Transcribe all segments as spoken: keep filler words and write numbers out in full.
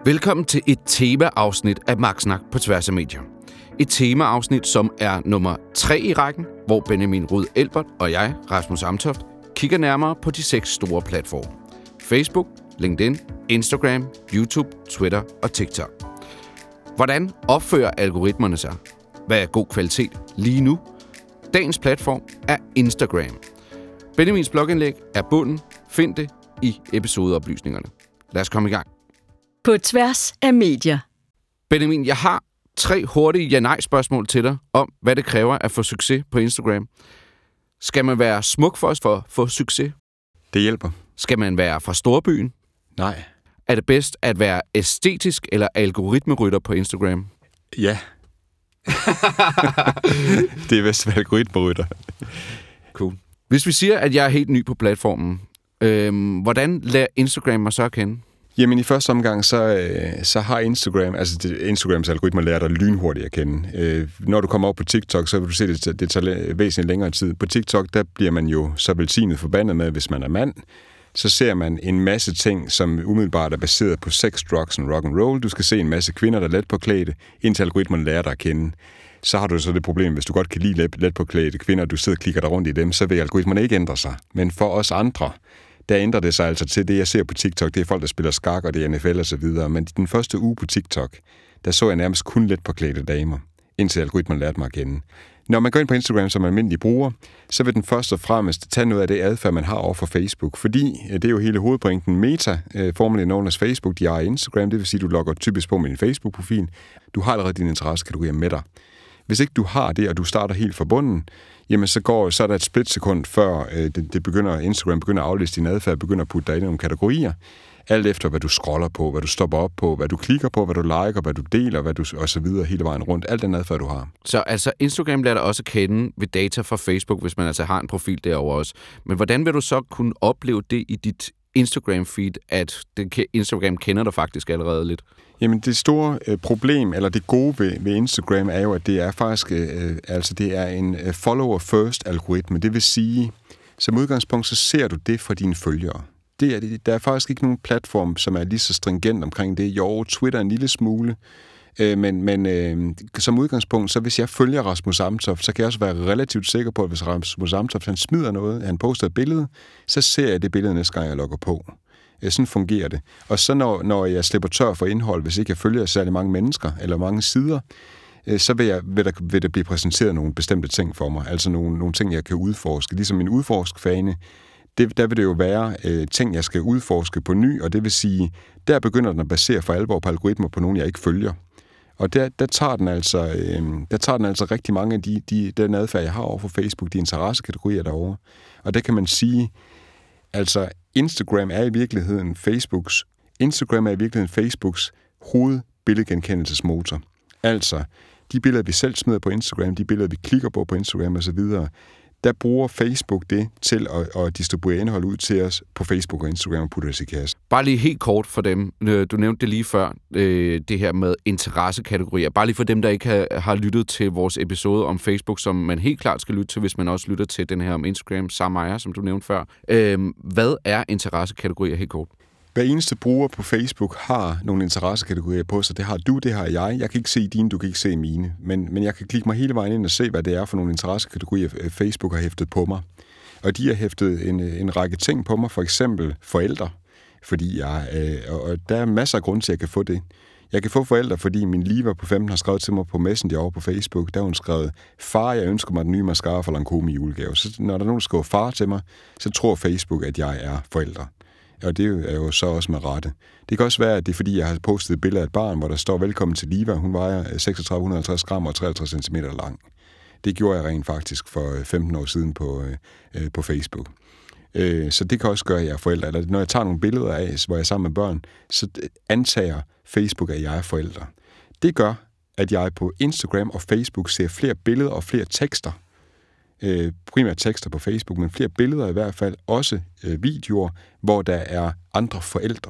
Velkommen til et temaafsnit af Magtsnak på tværs af medier. Et temaafsnit, som er nummer tre i rækken, hvor Benjamin Rud Elbert og jeg, Rasmus Amtoft, kigger nærmere på de seks store platforme. Facebook, LinkedIn, Instagram, YouTube, Twitter og TikTok. Hvordan opfører algoritmerne sig? Hvad er god kvalitet lige nu? Dagens platform er Instagram. Benjamins blogindlæg er bunden. Find det i episodeoplysningerne. Lad os komme i gang. På tværs af medier. Benjamin, jeg har tre hurtige ja-nej-spørgsmål til dig om, hvad det kræver at få succes på Instagram. Skal man være smuk for os for at få succes? Det hjælper. Skal man være fra storbyen? Nej. Er det bedst at være æstetisk eller algoritmerytter på Instagram? Ja. Det er bedst at være algoritmerytter. Cool. Hvis vi siger, at jeg er helt ny på platformen, øhm, hvordan lærer Instagram mig så at kende? Jamen i første omgang, så, så har Instagram, altså det, Instagrams algoritmer lærer dig lynhurtigt at kende. Øh, når du kommer op på TikTok, så vil du se, at det, det tager væsentligt længere tid. På TikTok, der bliver man jo så velsignet forbandet med, hvis man er mand. Så ser man en masse ting, som umiddelbart er baseret på sex, drugs og rock and roll. Du skal se en masse kvinder, der er let påklædte, indtil algoritmerne lærer dig at kende. Så har du så det problem, hvis du godt kan lide let, let påklædte kvinder, og du sidder og klikker dig rundt i dem, så vil algoritmerne ikke ændre sig. Men for os andre, der ændrer det sig altså til det, jeg ser på TikTok. Det er folk, der spiller skak, og det er N F L og så videre. Men den første uge på TikTok, der så jeg nærmest kun let påklædte damer, indtil algoritmen lærte mig at kende. Når man går ind på Instagram som almindelig bruger, så vil den først og fremmest tage noget af det adfærd, man har over for Facebook. Fordi det er jo hele hovedpointen. Meta, formerly known as Facebook, de er Instagram. Det vil sige, at du logger typisk på med din Facebook-profil. Du har allerede dine interessekategorier med dig. Hvis ikke du har det, og du starter helt fra bunden, jamen så går så er der et splitsekund før øh, det, det begynder, Instagram begynder at aflæse din adfærd, begynder at putte dig ind i nogle kategorier, alt efter hvad du scroller på, hvad du stopper op på, hvad du klikker på, hvad du liker, hvad du deler, hvad du og så videre hele vejen rundt, alt den adfærd du har. Så altså Instagram lærer dig også at kende ved data fra Facebook, hvis man altså har en profil derovre også. Men hvordan vil du så kunne opleve det i dit Instagram-feed, at det, Instagram kender dig faktisk allerede lidt? Jamen det store øh, problem, eller det gode ved, ved Instagram, er jo, at det er faktisk øh, altså det er en øh, follower-first-algoritme. Det vil sige, som udgangspunkt, så ser du det fra dine følgere. Det er, der er faktisk ikke nogen platform, som er lige så stringent omkring det. Jo, Twitter en lille smule, øh, men, men øh, som udgangspunkt, så hvis jeg følger Rasmus Amtoft, så kan jeg også være relativt sikker på, at hvis Rasmus Amtoft han smider noget, han poster et billede, så ser jeg det billede næste gang, jeg logger på. Sådan fungerer det. Og så når, når jeg slipper tør for indhold, hvis ikke jeg følger særlig mange mennesker eller mange sider, så vil, jeg, vil, der, vil der blive præsenteret nogle bestemte ting for mig. Altså nogle, nogle ting, jeg kan udforske. Ligesom min udforskfane, det, der vil det jo være øh, ting, jeg skal udforske på ny, og det vil sige, der begynder den at basere for alvor på algoritmer på nogen, jeg ikke følger. Og der, der, tager den altså, øh, der tager den altså rigtig mange af de, de, den adfærd, jeg har over for Facebook, de interessekategorier derovre. Og der kan man sige, altså Instagram er i virkeligheden Facebooks Instagram er i virkeligheden Facebooks hovedbilledgenkendelsesmotor. Altså, de billeder, vi selv smider på Instagram, de billeder, vi klikker på på Instagram osv., der bruger Facebook det til at, at distribuere indhold ud til os på Facebook og Instagram og putte os i kasse. Bare lige helt kort for dem. Du nævnte det lige før, det her med interessekategorier. Bare lige for dem, der ikke har, har lyttet til vores episode om Facebook, som man helt klart skal lytte til, hvis man også lytter til den her om Instagram, samme ejer, som du nævnte før. Hvad er interessekategorier helt kort? Hver eneste bruger på Facebook har nogle interessekategorier på sig. Det har du, det har jeg. Jeg kan ikke se dine, du kan ikke se mine. Men, men jeg kan klikke mig hele vejen ind og se, hvad det er for nogle interessekategorier, Facebook har hæftet på mig. Og de har hæftet en, en række ting på mig, for eksempel forældre. Fordi jeg, øh, og der er masser af grunde til, at jeg kan få det. Jeg kan få forældre, fordi min Liva på femten har skrevet til mig på Messenger over på Facebook. Der har hun skrevet, far, jeg ønsker mig den nye mascara fra Lancome i julegave. Så når der er nogen, der skriver far til mig, så tror Facebook, at jeg er forældre. Og det er jo så også med rette. Det kan også være, at det er fordi, jeg har postet et billede af et barn, hvor der står velkommen til Liva. Hun vejer tre tusind seks hundrede og halvtreds gram og treoghalvtreds centimeter lang. Det gjorde jeg rent faktisk for femten år siden på, øh, på Facebook. Øh, så det kan også gøre, at jeg er forældre. Eller når jeg tager nogle billeder af, hvor jeg er sammen med børn, så antager Facebook, at jeg er forældre. Det gør, at jeg på Instagram og Facebook ser flere billeder og flere tekster. Øh, primært tekster på Facebook, men flere billeder i hvert fald, også øh, videoer, hvor der er andre forældre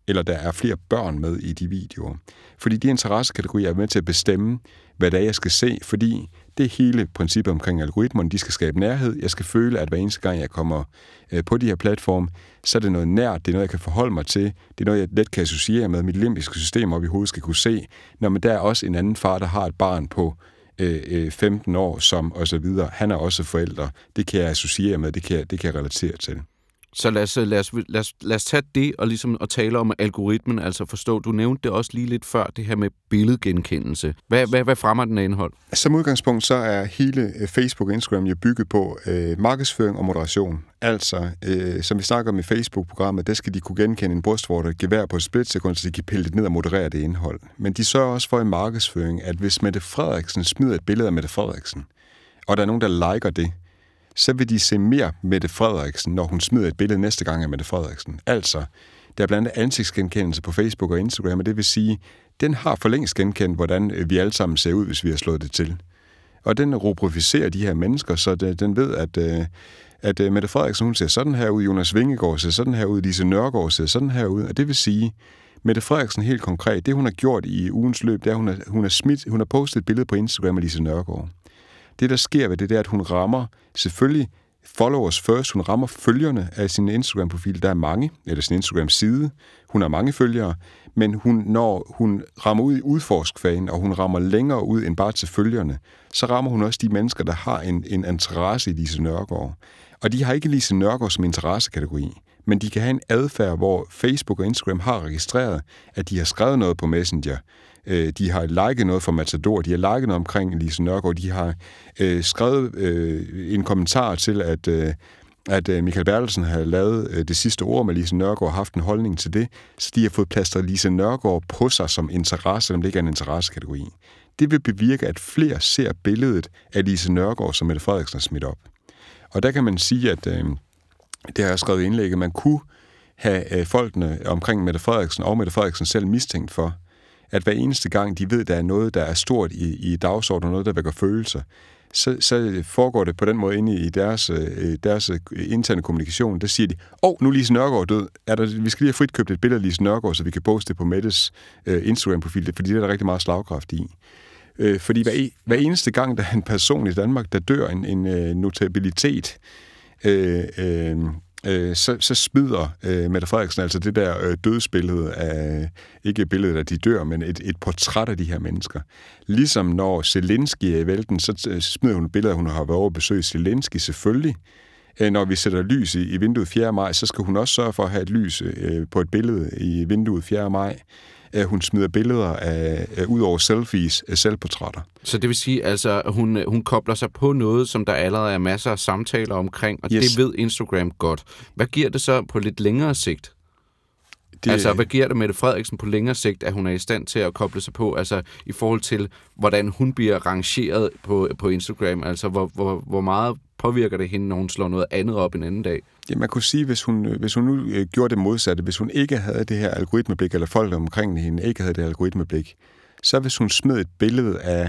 eller der er flere børn med i de videoer. Fordi de interessekategorier er med til at bestemme, hvad det er, jeg skal se, fordi det er hele princippet omkring algoritmerne. De skal skabe nærhed. Jeg skal føle, at hver eneste gang, jeg kommer på de her platforme, så er det noget nært, det er noget, jeg kan forholde mig til, det er noget, jeg let kan associere med. Mit limbiske system op i hovedet skal kunne se, når man der er også en anden far, der har et barn på øh, femten år, som og så videre. Han er også forælder. Det kan jeg associere med, det kan jeg, det kan jeg relatere til. Så lad os, lad, os, lad, os, lad os tage det og ligesom at tale om algoritmen, altså forstå, du nævnte det også lige lidt før, det her med billedgenkendelse. Hvad, hvad, hvad fremmer den af indhold? Som udgangspunkt så er hele Facebook og Instagram jo bygget på øh, markedsføring og moderation. Altså, øh, som vi snakker om i Facebook-programmet, der skal de kunne genkende en brystvorte, et gevær på et splitsekund, så de kan pille det ned og moderere det indhold. Men de sørger også for i markedsføring, at hvis Mette Frederiksen smider et billede af Mette Frederiksen, og der er nogen, der liker det, så vil de se mere Mette Frederiksen, når hun smider et billede næste gang af Mette Frederiksen. Altså, der er blandt andet ansigtsgenkendelse på Facebook og Instagram, og det vil sige, den har for længst genkendt, hvordan vi alle sammen ser ud, hvis vi har slået det til. Og den rubrificerer de her mennesker, så den ved, at, at Mette Frederiksen, hun ser sådan her ud, Jonas Vingegaard ser sådan her ud, Lise Nørgaard ser sådan her ud, og det vil sige, Mette Frederiksen helt konkret, det hun har gjort i ugens løb, det er, at hun har, hun har, smidt, hun har postet et billede på Instagram af Lise Nørgaard. Det, der sker ved det, det er, at hun rammer selvfølgelig followers first. Hun rammer følgerne af sin Instagram-profil. Der er mange, eller sin Instagram-side. Hun har mange følgere, men hun, når hun rammer ud i udforskfagen, og hun rammer længere ud end bare til følgerne, så rammer hun også de mennesker, der har en, en interesse i Lise Nørgaard. Og de har ikke Lise Nørgaard som interessekategori, men de kan have en adfærd, hvor Facebook og Instagram har registreret, at de har skrevet noget på Messenger. De har liket noget fra Matador, de har liket noget omkring Lise Nørgaard, de har øh, skrevet øh, en kommentar til, at, øh, at Michael Bertelsen har lavet øh, det sidste ord med Lise Nørgaard og haft en holdning til det, så de har fået plastret Lise Nørgaard på sig som interesse, selvom det ikke er en interessekategori. Det vil bevirke, at flere ser billedet af Lise Nørgaard, som Mette Frederiksen har smidt op. Og der kan man sige, at øh, det har jeg skrevet i indlægget, man kunne have øh, folkene omkring Mette Frederiksen og Mette Frederiksen selv mistænkt for, at hver eneste gang de ved, der er noget, der er stort i, i dagsordenen, noget, der vækker følelser, så, så foregår det på den måde inde i deres, deres interne kommunikation. Der siger de, åh, oh, nu er Lise Nørgaard død. Er der, vi skal lige have frit købt et billede af Lise Nørgaard, så vi kan poste det på Mettes uh, Instagram-profil, fordi det er der rigtig meget slagkraft i. Uh, fordi hver, hver eneste gang, der er en person i Danmark, der dør en, en uh, notabilitet, uh, uh, Så, så smider øh, Mette Frederiksen altså det der øh, dødsbillede af, ikke billedet af de dør, men et, et portræt af de her mennesker. Ligesom når Zelensky er i vælten, så smider hun et billede af, hun har været over at besøge Zelensky selvfølgelig. Øh, når vi sætter lys i, i vinduet fjerde maj, så skal hun også sørge for at have et lys øh, på et billede i vinduet fjerde maj. Øh, hun smider billeder af, af ud over selfies, af selvportrætter. Så det vil sige, altså, hun, hun kobler sig på noget, som der allerede er masser af samtaler omkring, og yes. Det ved Instagram godt. Hvad giver det så på lidt længere sigt? Det... Altså, hvad giver det Mette Frederiksen på længere sigt, at hun er i stand til at koble sig på, altså i forhold til, hvordan hun bliver rangeret på, på Instagram? Altså, hvor, hvor, hvor meget påvirker det hende, når hun slår noget andet op en anden dag? Ja, man kunne sige, hvis hun, hvis hun nu øh, gjorde det modsatte, hvis hun ikke havde det her algoritmeblik, eller folk omkring hende ikke havde det her algoritmeblik, så hvis hun smed et billede af,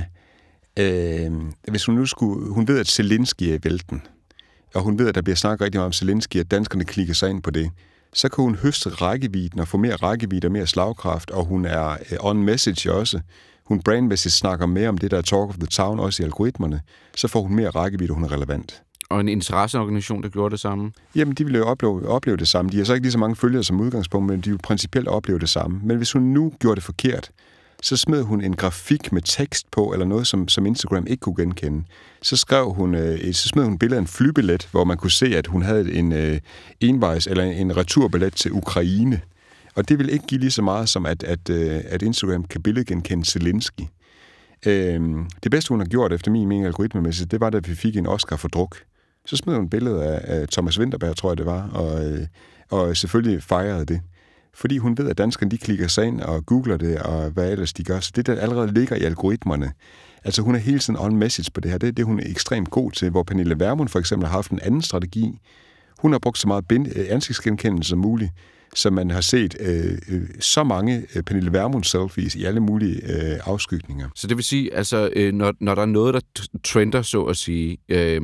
øh, hvis hun nu skulle, hun ved, at Zelensky er i vælten, og hun ved, at der bliver snakket rigtig meget om Zelensky, at danskerne klikker sig ind på det, så kan hun høste rækkevidden og få mere rækkevidde og mere slagkraft, og hun er on message også. Hun brandmæssigt snakker mere om det, der er talk of the town, også i algoritmerne. Så får hun mere rækkevidde, og hun er relevant. Og en interesseorganisation, der gjorde det samme? Jamen, de vil jo opleve, opleve det samme. De har så ikke lige så mange følgere som udgangspunkt, men de vil principielt opleve det samme. Men hvis hun nu gjorde det forkert, så smed hun en grafik med tekst på, eller noget, som, som Instagram ikke kunne genkende. Så skrev hun, øh, så smed hun et billede af en flybillet, hvor man kunne se, at hun havde en øh, envejs, eller en returbillet til Ukraine. Og det vil ikke give lige så meget, som at, at, øh, at Instagram kan billedgenkende Zelensky. Øh, det bedste, hun har gjort, efter min mening algoritmemæssigt, det var, da vi fik en Oscar for druk. Så smed hun et billede af, af Thomas Vinterberg, tror jeg det var, og, øh, og selvfølgelig fejrede det. Fordi hun ved, at danskerne de klikker sig ind og googler det, og hvad ellers de gør. Så det, der allerede ligger i algoritmerne. Altså hun er hele tiden on message på det her. Det er det, hun er ekstremt god til. Hvor Pernille Vermund for eksempel har haft en anden strategi. Hun har brugt så meget ansigtsgenkendelse som muligt. Så man har set øh, øh, så mange øh, Pernille Vermund-selfies i alle mulige øh, afskygninger. Så det vil sige, altså, øh, når, når der er noget, der trender, så at sige, øh,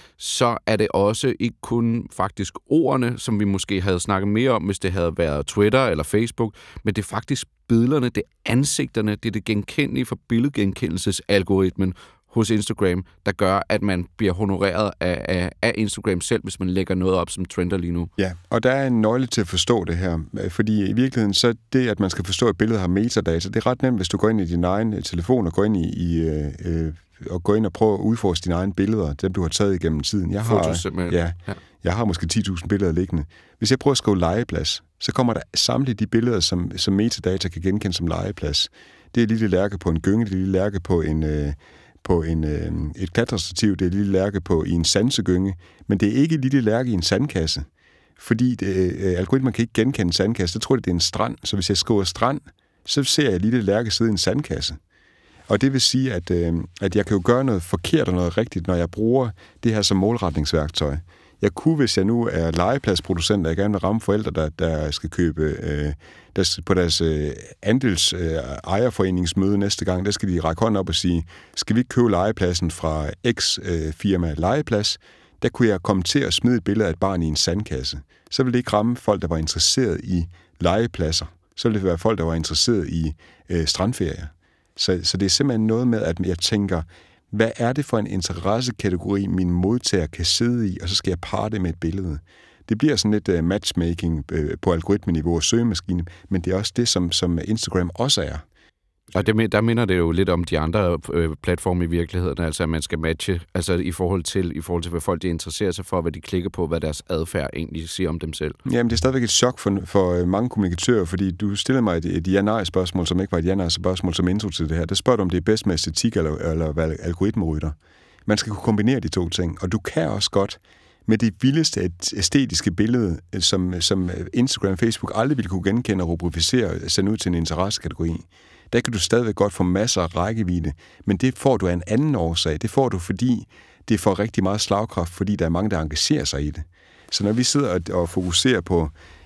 så er det også ikke kun faktisk ordene, som vi måske havde snakket mere om, hvis det havde været Twitter eller Facebook, men det er faktisk billederne, det er ansigterne, det er det genkendelige for billedgenkendelsesalgoritmen hos Instagram, der gør, at man bliver honoreret af, af, af Instagram selv, hvis man lægger noget op, som trender lige nu. Ja, og der er en nøgle til at forstå det her, fordi i virkeligheden, så det, at man skal forstå, at billedet har metadata, det er ret nemt, hvis du går ind i din egen telefon og går ind i, i øh, og går ind og prøver at udforske dine egne billeder, dem du har taget igennem tiden. Jeg har, Fotos, ja, ja. Jeg har måske ti tusind billeder liggende. Hvis jeg prøver at skrive legeplads, så kommer der samtlige de billeder, som, som metadata kan genkende som legeplads. Det er et lille lærke på en gynge, det er et lille lærke på en... Øh, på en, øh, et klatrestativ, det er et lille lærke på i en sansegynge, men det er ikke et lille lærke i en sandkasse, fordi det, øh, algoritmen kan ikke genkende en sandkasse, så tror jeg, det er en strand, så hvis jeg skriver strand, så ser jeg et lille lærke sidde i en sandkasse. Og det vil sige, at, øh, at jeg kan jo gøre noget forkert og noget rigtigt, når jeg bruger det her som målretningsværktøj. Jeg kunne, hvis jeg nu er legepladsproducent, og jeg gerne vil ramme forældre, der, der skal købe øh, der, på deres øh, andels øh, ejerforeningsmøde næste gang, der skal de række hånden op og sige, skal vi ikke købe legepladsen fra X øh, firma Legeplads? Der kunne jeg komme til at smide et billede af et barn i en sandkasse. Så ville det ikke ramme folk, der var interesseret i legepladser. Så ville det være folk, der var interesseret i øh, strandferier. Så, så det er simpelthen noget med, at jeg tænker, hvad er det for en interessekategori, min modtager kan sidde i, og så skal jeg parre det med et billede. Det bliver sådan lidt uh, matchmaking uh, på algoritmeniveau og søgemaskine, men det er også det, som, som Instagram også er. Og det, der minder det jo lidt om de andre øh, platforme i virkeligheden, altså at man skal matche, altså i forhold til, i forhold til hvad folk de interesserer sig for, hvad de klikker på, hvad deres adfærd egentlig siger om dem selv. Jamen, det er stadigvæk et chok for, for mange kommunikatører, fordi du stillede mig et, et ja-nej-spørgsmål, som ikke var et ja-nej-spørgsmål som intro til det her. Der spørger du, om det er bedst med æstetik eller, eller hvad algoritmerytter. Man skal kunne kombinere de to ting, og du kan også godt med det vildeste æstetiske billede, som, som Instagram og Facebook aldrig ville kunne genkende og rubrificere og sende ud til en interessekategori. Der kan du stadigvæk godt få masser af rækkevidde, men det får du af en anden årsag. Det får du, fordi det får rigtig meget slagkraft, fordi der er mange, der engagerer sig i det. Så når vi sidder og fokuserer på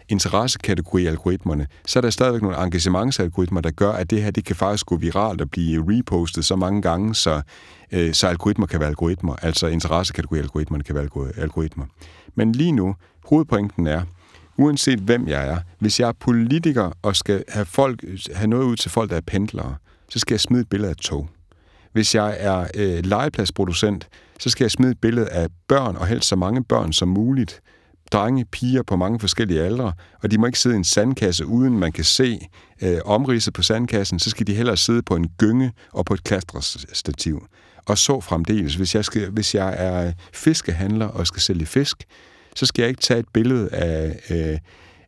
interessekategori-algoritmerne, så er der stadigvæk nogle engagementsalgoritmer, der gør, at det her det kan faktisk gå viralt og blive repostet så mange gange, så, øh, så algoritmer kan være algoritmer, altså interessekategori-algoritmerne kan være algoritmer. Men lige nu, hovedpointen er, uanset hvem jeg er, hvis jeg er politiker og skal have, folk, have noget ud til folk, der er pendlere, så skal jeg smide et billede af et tog. Hvis jeg er øh, legepladsproducent, så skal jeg smide et billede af børn, og helst så mange børn som muligt. Drenge, piger på mange forskellige aldre, og de må ikke sidde i en sandkasse, uden man kan se øh, omridset på sandkassen, så skal de hellere sidde på en gynge og på et klatrestativ. Og så fremdeles, hvis jeg, skal, hvis jeg er fiskehandler og skal sælge fisk, så skal jeg ikke tage et billede af, øh,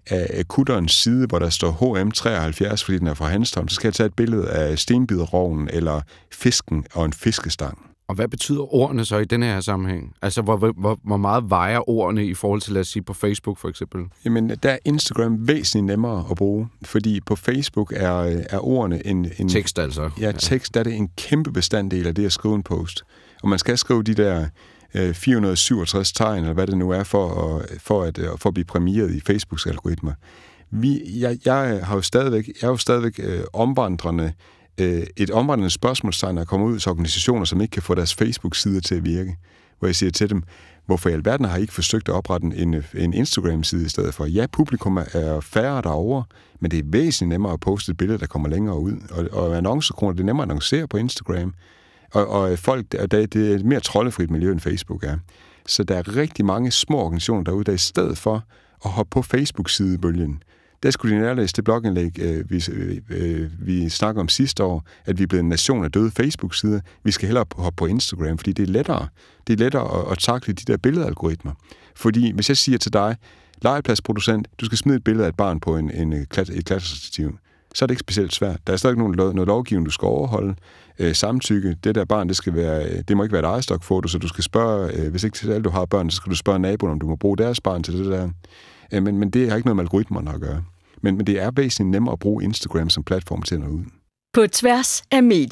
af kutterens side, hvor der står H M treoghalvfjerds, fordi den er fra Hanstholm. Så skal jeg tage et billede af stenbiderroven eller fisken og en fiskestang. Og hvad betyder ordene så i den her sammenhæng? Altså, hvor, hvor, hvor meget vejer ordene i forhold til, lad os sige, på Facebook for eksempel? Jamen, der er Instagram væsentligt nemmere at bruge, fordi på Facebook er, er ordene en, en... Tekst altså. Ja, tekst der er det en kæmpe bestanddel af det at skrive en post. Og man skal skrive de der fire hundrede og syvogtres tegn, eller hvad det nu er, for at, for at, for at blive præmieret i Facebooks algoritmer. Vi, jeg, jeg har jo stadigvæk, jeg er jo stadigvæk øh, omvandrende, øh, et omvandrende spørgsmålstegn, der kommer ud til organisationer, som ikke kan få deres Facebook-sider til at virke. Hvor jeg siger til dem, hvorfor i alverden har I ikke forsøgt at oprette en, en Instagram-side i stedet for? Ja, publikum er færre derovre, men det er væsentligt nemmere at poste et billede, der kommer længere ud. Og, og annoncekroner, det er nemmere at annoncere på Instagram. Og, og folk, det er et mere troldefrit miljø, end Facebook er. Så der er rigtig mange små organisationer derude, der i stedet for at hoppe på Facebook-sidebølgen, der skulle de nærlæse det blogindlæg, øh, vi, øh, vi snakker om sidste år, at vi er blevet en nation af døde Facebook-sider. Vi skal hellere hoppe på Instagram, fordi det er lettere. Det er lettere at, at takle de der billedalgoritmer. Fordi hvis jeg siger til dig, legepladsproducent, du skal smide et billede af et barn på en, en, et klatrestativ, så er det ikke specielt svært. Der er stadig nogen, noget lovgivning, du skal overholde. Øh, samtykke, det der barn, det skal være, det må ikke være et ejerstokfoto, så du skal spørge, øh, hvis ikke til alt du har børn, så skal du spørge naboen, om du må bruge deres barn til det der. Øh, men, men det har ikke noget med algoritmerne at gøre. Men, men det er væsentligt nemmere at bruge Instagram som platform til at nå ud. På tværs af medier.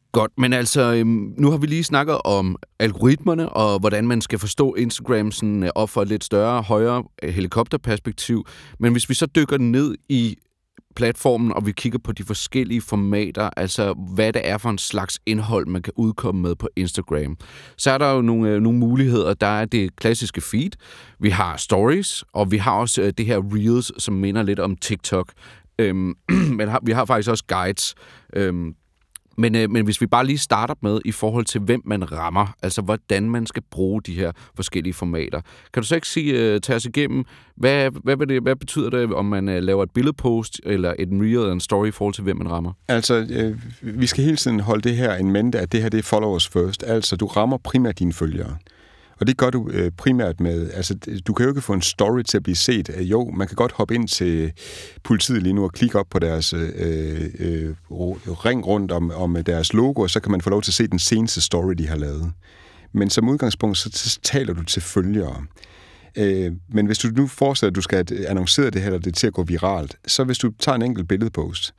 Godt, men altså, øhm, nu har vi lige snakket om algoritmerne, og hvordan man skal forstå Instagram sådan op for et lidt større, højere helikopterperspektiv. Men hvis vi så dykker ned i platformen, og vi kigger på de forskellige formater, altså hvad det er for en slags indhold, man kan udkomme med på Instagram, så er der jo nogle, øh, nogle muligheder. Der er det klassiske feed, vi har stories, og vi har også øh, det her Reels, som minder lidt om TikTok. Øhm, men har, vi har faktisk også guides. Øhm, Men, øh, men hvis vi bare lige starter med i forhold til, hvem man rammer, altså hvordan man skal bruge de her forskellige formater. Kan du så ikke sige, øh, tage os igennem, hvad, hvad, det, hvad betyder det, om man øh, laver et billedpost, eller et reel eller en story i forhold til, hvem man rammer? Altså, øh, vi skal hele tiden holde det her in mente, at det her det er followers first. Altså, du rammer primært dine følgere. Og det gør du øh, primært med, altså du kan jo ikke få en story til at blive set. Jo, man kan godt hoppe ind til politiet lige nu og klikke op på deres øh, øh, ring rundt om, om deres logo, og så kan man få lov til at se den seneste story, de har lavet. Men som udgangspunkt, så, så taler du til følgere. Øh, men hvis du nu forestiller, at du skal annoncere det her, eller det til at gå viralt, så hvis du tager en enkelt billedpost,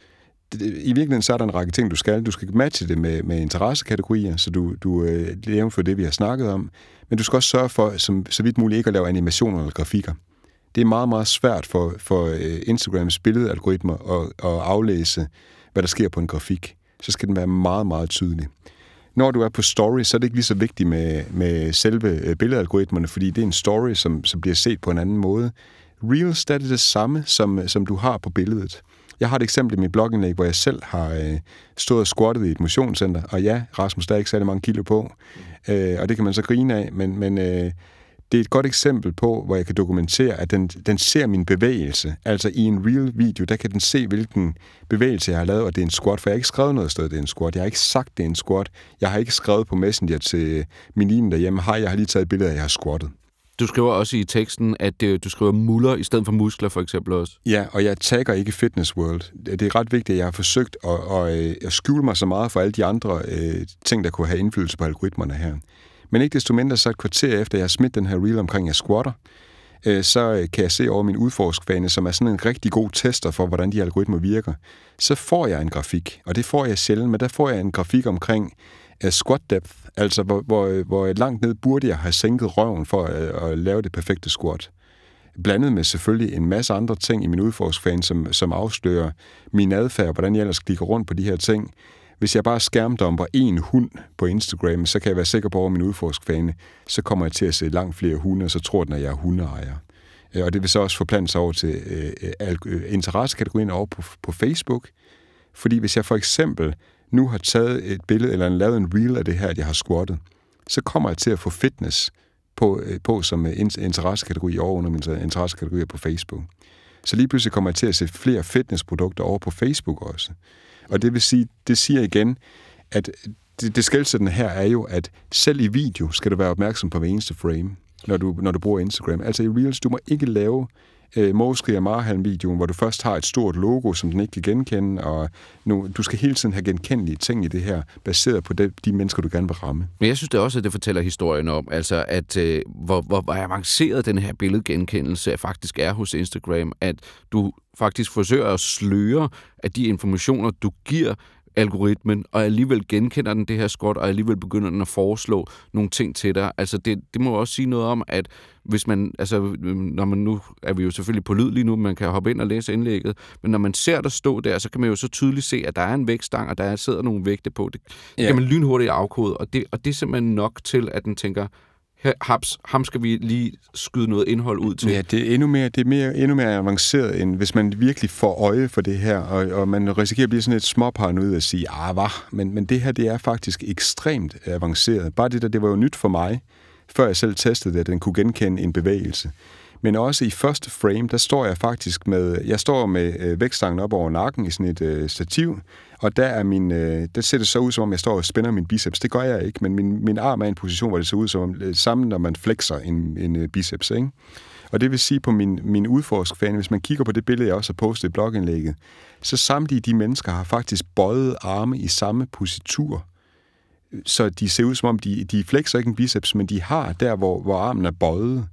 i virkeligheden så er der en række ting, du skal. Du skal matche det med, med interessekategorier, så du, du øh, lever for det, vi har snakket om. Men du skal også sørge for, som, så vidt muligt, ikke at lave animationer eller grafikker. Det er meget, meget svært for, for øh, Instagrams billedalgoritmer at, at aflæse, hvad der sker på en grafik. Så skal den være meget, meget tydelig. Når du er på story, så er det ikke lige så vigtigt med, med selve billedalgoritmerne, fordi det er en story, som, som bliver set på en anden måde. Reels, der er det det samme, som, som du har på billedet. Jeg har et eksempel i mit blogindlæg, hvor jeg selv har øh, stået og squattet i et motionscenter, og ja, Rasmus, der er ikke særlig mange kilo på, øh, og det kan man så grine af, men, men øh, det er et godt eksempel på, hvor jeg kan dokumentere, at den, den ser min bevægelse. Altså i en real-video, der kan den se, hvilken bevægelse jeg har lavet, og det er en squat, for jeg har ikke skrevet noget sted, det er en squat. Jeg har ikke sagt, det er en squat. Jeg har ikke skrevet på Messenger til min line derhjemme, hej, jeg har lige taget et billede af, at jeg har squattet. Du skriver også i teksten, at du skriver muller i stedet for muskler, for eksempel også. Ja, og jeg tagger ikke Fitness World. Det er ret vigtigt, at jeg har forsøgt at, at, at skjule mig så meget for alle de andre øh, ting, der kunne have indflydelse på algoritmerne her. Men ikke desto mindre, så et kvarter efter, jeg har smidt den her reel omkring, jeg squatter, øh, så kan jeg se over min udforskfane, som er sådan en rigtig god tester for, hvordan de algoritmer virker. Så får jeg en grafik, og det får jeg sjældent, men der får jeg en grafik omkring squat depth, altså hvor, hvor, hvor langt ned burde jeg have sænket røven for at, at lave det perfekte squat. Blandet med selvfølgelig en masse andre ting i min udforskfane, som, som afslører min adfærd, hvordan jeg ellers klikker rundt på de her ting. Hvis jeg bare skærmdumper en hund på Instagram, så kan jeg være sikker på over min udforskfane, så kommer jeg til at se langt flere hunde, og så tror den, at jeg er hundeejer. Og det vil så også forplante sig over til øh, interessekategorien over på, på Facebook. Fordi hvis jeg for eksempel nu har taget et billede, eller lavet en reel af det her, at jeg har squattet, så kommer jeg til at få fitness på, på som interessekategori over under mine interessekategorier på Facebook. Så lige pludselig kommer jeg til at se flere fitnessprodukter over på Facebook også. Og det vil sige, det siger igen, at det, det skelsættende her er jo, at selv i video skal du være opmærksom på hver eneste frame, når du, når du bruger Instagram. Altså i Reels, du må ikke lave øh, Moskri og Marhalm-videoen, hvor du først har et stort logo, som den ikke kan genkende, og nu, du skal hele tiden have genkendelige ting i det her, baseret på de, de mennesker, du gerne vil ramme. Men jeg synes det også, at det fortæller historien om, altså at øh, hvor, hvor, hvor avanceret den her billedgenkendelse faktisk er hos Instagram, at du faktisk forsøger at sløre af de informationer, du giver algoritmen, og alligevel genkender den det her squat, og alligevel begynder den at foreslå nogle ting til dig. Altså det, det må også sige noget om, at hvis man, altså når man nu, er vi jo selvfølgelig på lyd lige nu, man kan hoppe ind og læse indlægget, men når man ser dig stå der, så kan man jo så tydeligt se, at der er en vægtstang, og der sidder nogle vægte på. Det ja. kan man lynhurtigt afkode, og det, og det er simpelthen nok til, at den tænker, Haps, ham skal vi lige skyde noget indhold ud til. Ja, det er endnu mere, det er mere, endnu mere avanceret, end hvis man virkelig får øje for det her, og, og man risikerer at blive sådan et småparanoid og sige, ah, hvad? Men, men det her, det er faktisk ekstremt avanceret. Bare det der, det var jo nyt for mig, før jeg selv testede det, at den kunne genkende en bevægelse. Men også i første frame, der står jeg faktisk med, jeg står med øh, vægtstangen op over nakken i sådan et øh, stativ, og der er min, øh, der ser det så ud, som om jeg står og spænder min biceps. Det gør jeg ikke, men min, min arm er i en position, hvor det ser ud som om, øh, sammen når man flexer en, en øh, biceps, ikke? Og det vil sige på min, min udforskfane, hvis man kigger på det billede, jeg også har postet i blogindlægget, så samtlige de mennesker har faktisk bøjet arme i samme positur. Så de ser ud som om, de, de flexer ikke en biceps, men de har der, hvor, hvor armen er bøjet.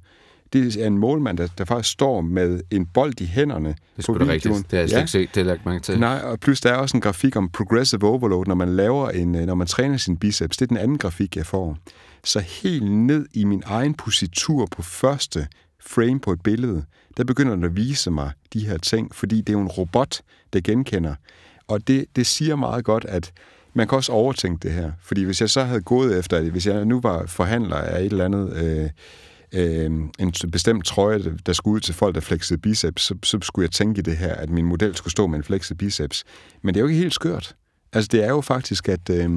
Det er en målmand, der, der faktisk står med en bold i hænderne. Det skulle da rigtigt. Det har jeg slet ja. ikke set. Det har jeg lagt mærke til. Nej, og plus der er også en grafik om progressive overload, når man laver en, når man træner sin biceps. Det er den anden grafik, jeg får. Så helt ned i min egen positur på første frame på et billede, der begynder den at vise mig de her ting, fordi det er jo en robot, der genkender. Og det, det siger meget godt, at man kan også overtænke det her. Fordi hvis jeg så havde gået efter, hvis jeg nu var forhandler af et eller andet, øh, øh, en bestemt trøje, der skulle ud til folk, der flexede biceps, så, så skulle jeg tænke i det her, at min model skulle stå med en flexet biceps. Men det er jo ikke helt skørt. Altså det er jo faktisk, at øh,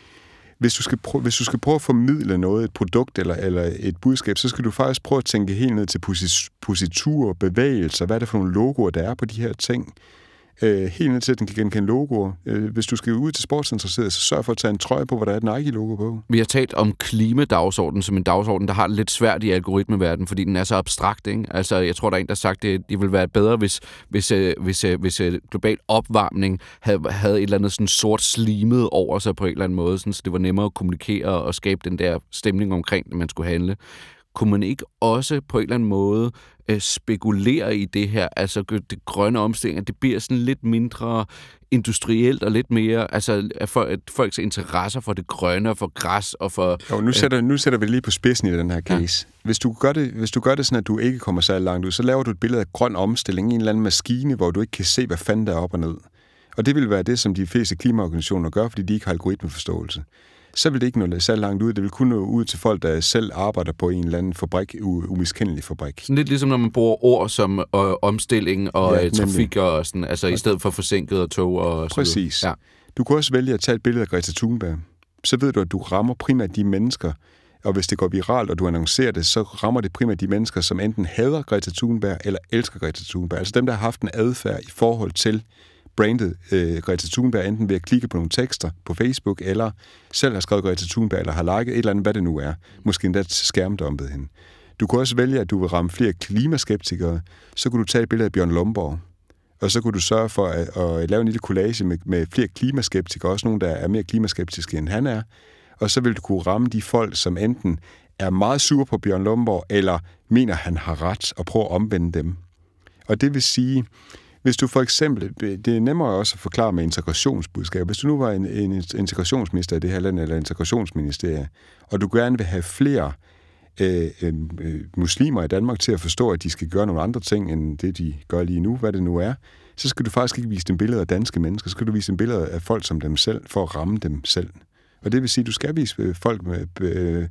hvis, du skal prøve, hvis du skal prøve at formidle noget, et produkt eller, eller et budskab, så skal du faktisk prøve at tænke helt ned til positur, bevægelser, hvad er det for nogle logoer, der er på de her ting. Øh, helt ned til, at den kan genkende logoer. Øh, hvis du skal ud til sportsinteresserede, så sørg for at tage en trøje på, hvor der er et Nike-logo på. Vi har talt om klimadagsordenen som en dagsorden, der har det lidt svært i algoritmeverdenen, fordi den er så abstrakt, ikke? Altså, jeg tror, der er en, der har sagt, at det ville være bedre, hvis, hvis, hvis, hvis global opvarmning havde, havde et eller andet sådan sort slimet over sig på en eller anden måde, sådan, så det var nemmere at kommunikere og skabe den der stemning omkring, at man skulle handle. Kunne man ikke også på en eller anden måde øh, spekulere i det her, altså det grønne omstilling, det bliver sådan lidt mindre industrielt og lidt mere, altså for, at folks interesser for det grønne og for græs og for... Jo, nu sætter, øh, nu sætter vi lige på spidsen i den her case. Ja. Hvis du gør det, hvis du gør det sådan, at du ikke kommer så langt ud, så laver du et billede af grøn omstilling i en eller anden maskine, hvor du ikke kan se, hvad fanden der er op og ned. Og det vil være det, som de fleste klimaorganisationer gør, fordi de ikke har algoritmeforståelse. Så vil det ikke nå så langt ud. Det vil kun nå ud til folk, der selv arbejder på en eller anden fabrik, umiskendelig fabrik. Sådan lidt ligesom, når man bruger ord som øh, omstilling og ja, trafik og sådan, altså i stedet for forsinket og tog og så præcis. Ja. Du kan også vælge at tage et billede af Greta Thunberg. Så ved du, at du rammer primært de mennesker, og hvis det går viralt, og du annoncerer det, så rammer det primært de mennesker, som enten hader Greta Thunberg eller elsker Greta Thunberg. Altså dem, der har haft en adfærd i forhold til brandet øh, Greta Thunberg, enten ved at klikke på nogle tekster på Facebook, eller selv har skrevet Greta Thunberg, eller har liket et eller andet, hvad det nu er. Måske endda skærmdumpet hende. Du kan også vælge, at du vil ramme flere klimaskeptikere, så kunne du tage et billede af Bjørn Lomborg, og så kunne du sørge for at, at lave en lille collage med, med flere klimaskeptikere, også nogle, der er mere klimaskeptiske, end han er, og så vil du kunne ramme de folk, som enten er meget sure på Bjørn Lomborg, eller mener, han har ret, og prøve at omvende dem. Og det vil sige, hvis du for eksempel, det er nemmere også at forklare med integrationsbudskab, hvis du nu var en, en integrationsminister i det her land, eller integrationsministerie, og du gerne vil have flere øh, øh, muslimer i Danmark til at forstå, at de skal gøre nogle andre ting, end det de gør lige nu, hvad det nu er, så skal du faktisk ikke vise dem billeder af danske mennesker, så skal du vise dem billeder af folk som dem selv, for at ramme dem selv. Og det vil sige, at du skal vise folk med øh,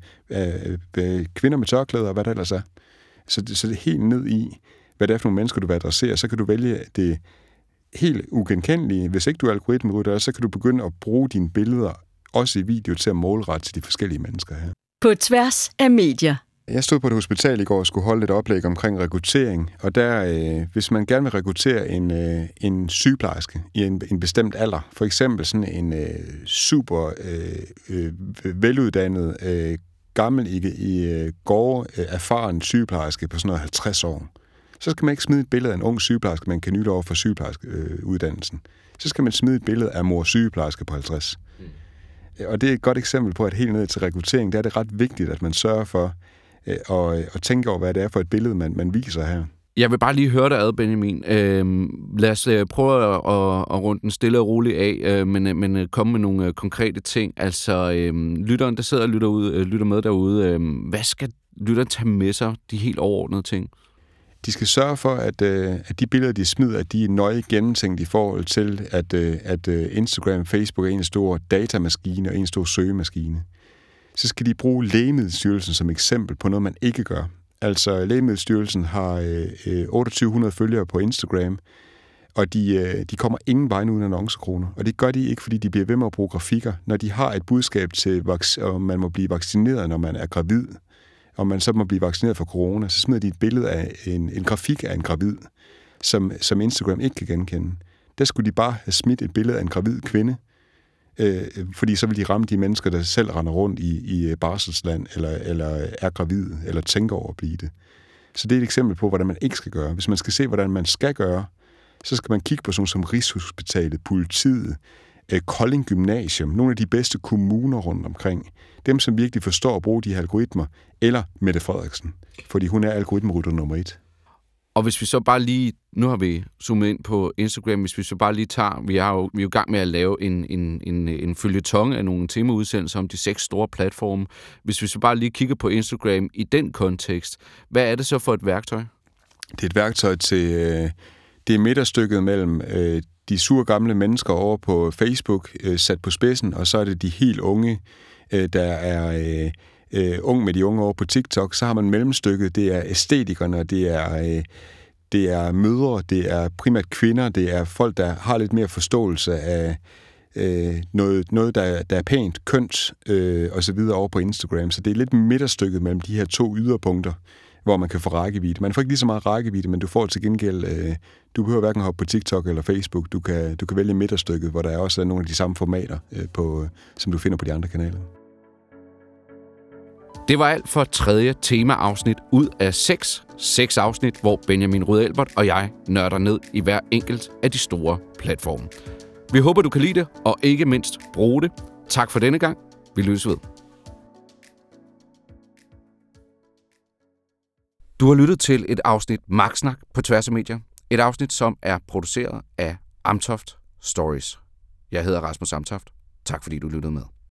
øh, kvinder med tørklæder, og hvad der ellers er. Så det, så det er helt ned i, hvad det er for nogle mennesker, du vil adressere, så kan du vælge det helt ugenkendelige. Hvis ikke du er algoritmerytter, så kan du begynde at bruge dine billeder, også i video, til at målrette til de forskellige mennesker her. På tværs af medier. Jeg stod på et hospital i går og skulle holde et oplæg omkring rekruttering, og der, øh, hvis man gerne vil rekruttere en, øh, en sygeplejerske i en, en bestemt alder, for eksempel sådan en øh, super øh, øh, veluddannet, øh, gammel i, i øh, gårde, øh, erfaren sygeplejerske på sådan noget halvtreds år, så skal man ikke smide et billede af en ung sygeplejerske, man kan nytte over for sygeplejerskeuddannelsen. Så skal man smide et billede af mor sygeplejerske på halvtreds. Mm. Og det er et godt eksempel på, at helt ned til rekruttering, der er det ret vigtigt, at man sørger for øh, at, at tænke over, hvad det er for et billede, man, man viser her. Jeg vil bare lige høre dig ad, Benjamin. Øhm, lad os øh, prøve at, at, at runde den stille og roligt af, øh, men, men komme med nogle øh, konkrete ting. Altså, øh, lytteren, der sidder og lytter, ud, øh, lytter med derude, øh, hvad skal lytteren tage med sig, de helt overordnede ting? De skal sørge for, at, øh, at de billeder, de smider, at de er nøje gennemtænkt i forhold til, at, øh, at øh, Instagram og Facebook er en stor datamaskine og en stor søgemaskine. Så skal de bruge Lægemiddelstyrelsen som eksempel på noget, man ikke gør. Altså, Lægemiddelstyrelsen har øh, otteogtyve hundrede følgere på Instagram, og de, øh, de kommer ingen vej uden annoncekroner. Og det gør de ikke, fordi de bliver ved med at bruge grafikker. Når de har et budskab til, at man må blive vaccineret, når man er gravid, og man så må blive vaccineret for corona, så smider de et billede af en, en grafik af en gravid, som, som Instagram ikke kan genkende. Der skulle de bare have smidt et billede af en gravid kvinde, øh, fordi så vil de ramme de mennesker, der selv render rundt i, i barselsland, eller, eller er gravide, eller tænker over at blive det. Så det er et eksempel på, hvordan man ikke skal gøre. Hvis man skal se, hvordan man skal gøre, så skal man kigge på sådan som Rigshospitalet, politiet, Kolding Gymnasium, nogle af de bedste kommuner rundt omkring, dem som virkelig forstår at bruge de her algoritmer, eller Mette Frederiksen. fordi hun er algoritmerytter nummer et. Og hvis vi så bare lige, nu har vi zoomet ind på Instagram, hvis vi så bare lige tager, vi er jo, vi er jo i gang med at lave en, en, en, en føljeton af nogle temaudsendelser om de seks store platforme. Hvis vi så bare lige kigger på Instagram i den kontekst, hvad er det så for et værktøj? Det er et værktøj til, øh, det er midterstykket mellem øh, de sure gamle mennesker over på Facebook, øh, sat på spidsen, og så er det de helt unge, øh, der er... Øh, Uh, ung med de unge over på TikTok, så har man mellemstykket, det er æstetikerne, det er, uh, det er mødre, det er primært kvinder, det er folk, der har lidt mere forståelse af uh, noget, noget der, der er pænt, kønt uh, og så videre over på Instagram. Så det er lidt midterstykket mellem de her to yderpunkter, hvor man kan få rækkevidde. Man får ikke lige så meget rækkevidde, men du får til gengæld, uh, du behøver hverken hoppe på TikTok eller Facebook, du kan, du kan vælge midterstykket, hvor der også er nogle af de samme formater, uh, på, som du finder på de andre kanaler. Det var alt for tredje temaafsnit ud af seks. Seks afsnit, hvor Benjamin Rud Elbert og jeg nørder ned i hver enkelt af de store platforme. Vi håber, du kan lide det, og ikke mindst bruge det. Tak for denne gang. Vi lyttes ved. Du har lyttet til et afsnit Magtsnak på tværs af medier. Et afsnit, som er produceret af Amtoft Stories. Jeg hedder Rasmus Amtoft. Tak fordi du lyttede med.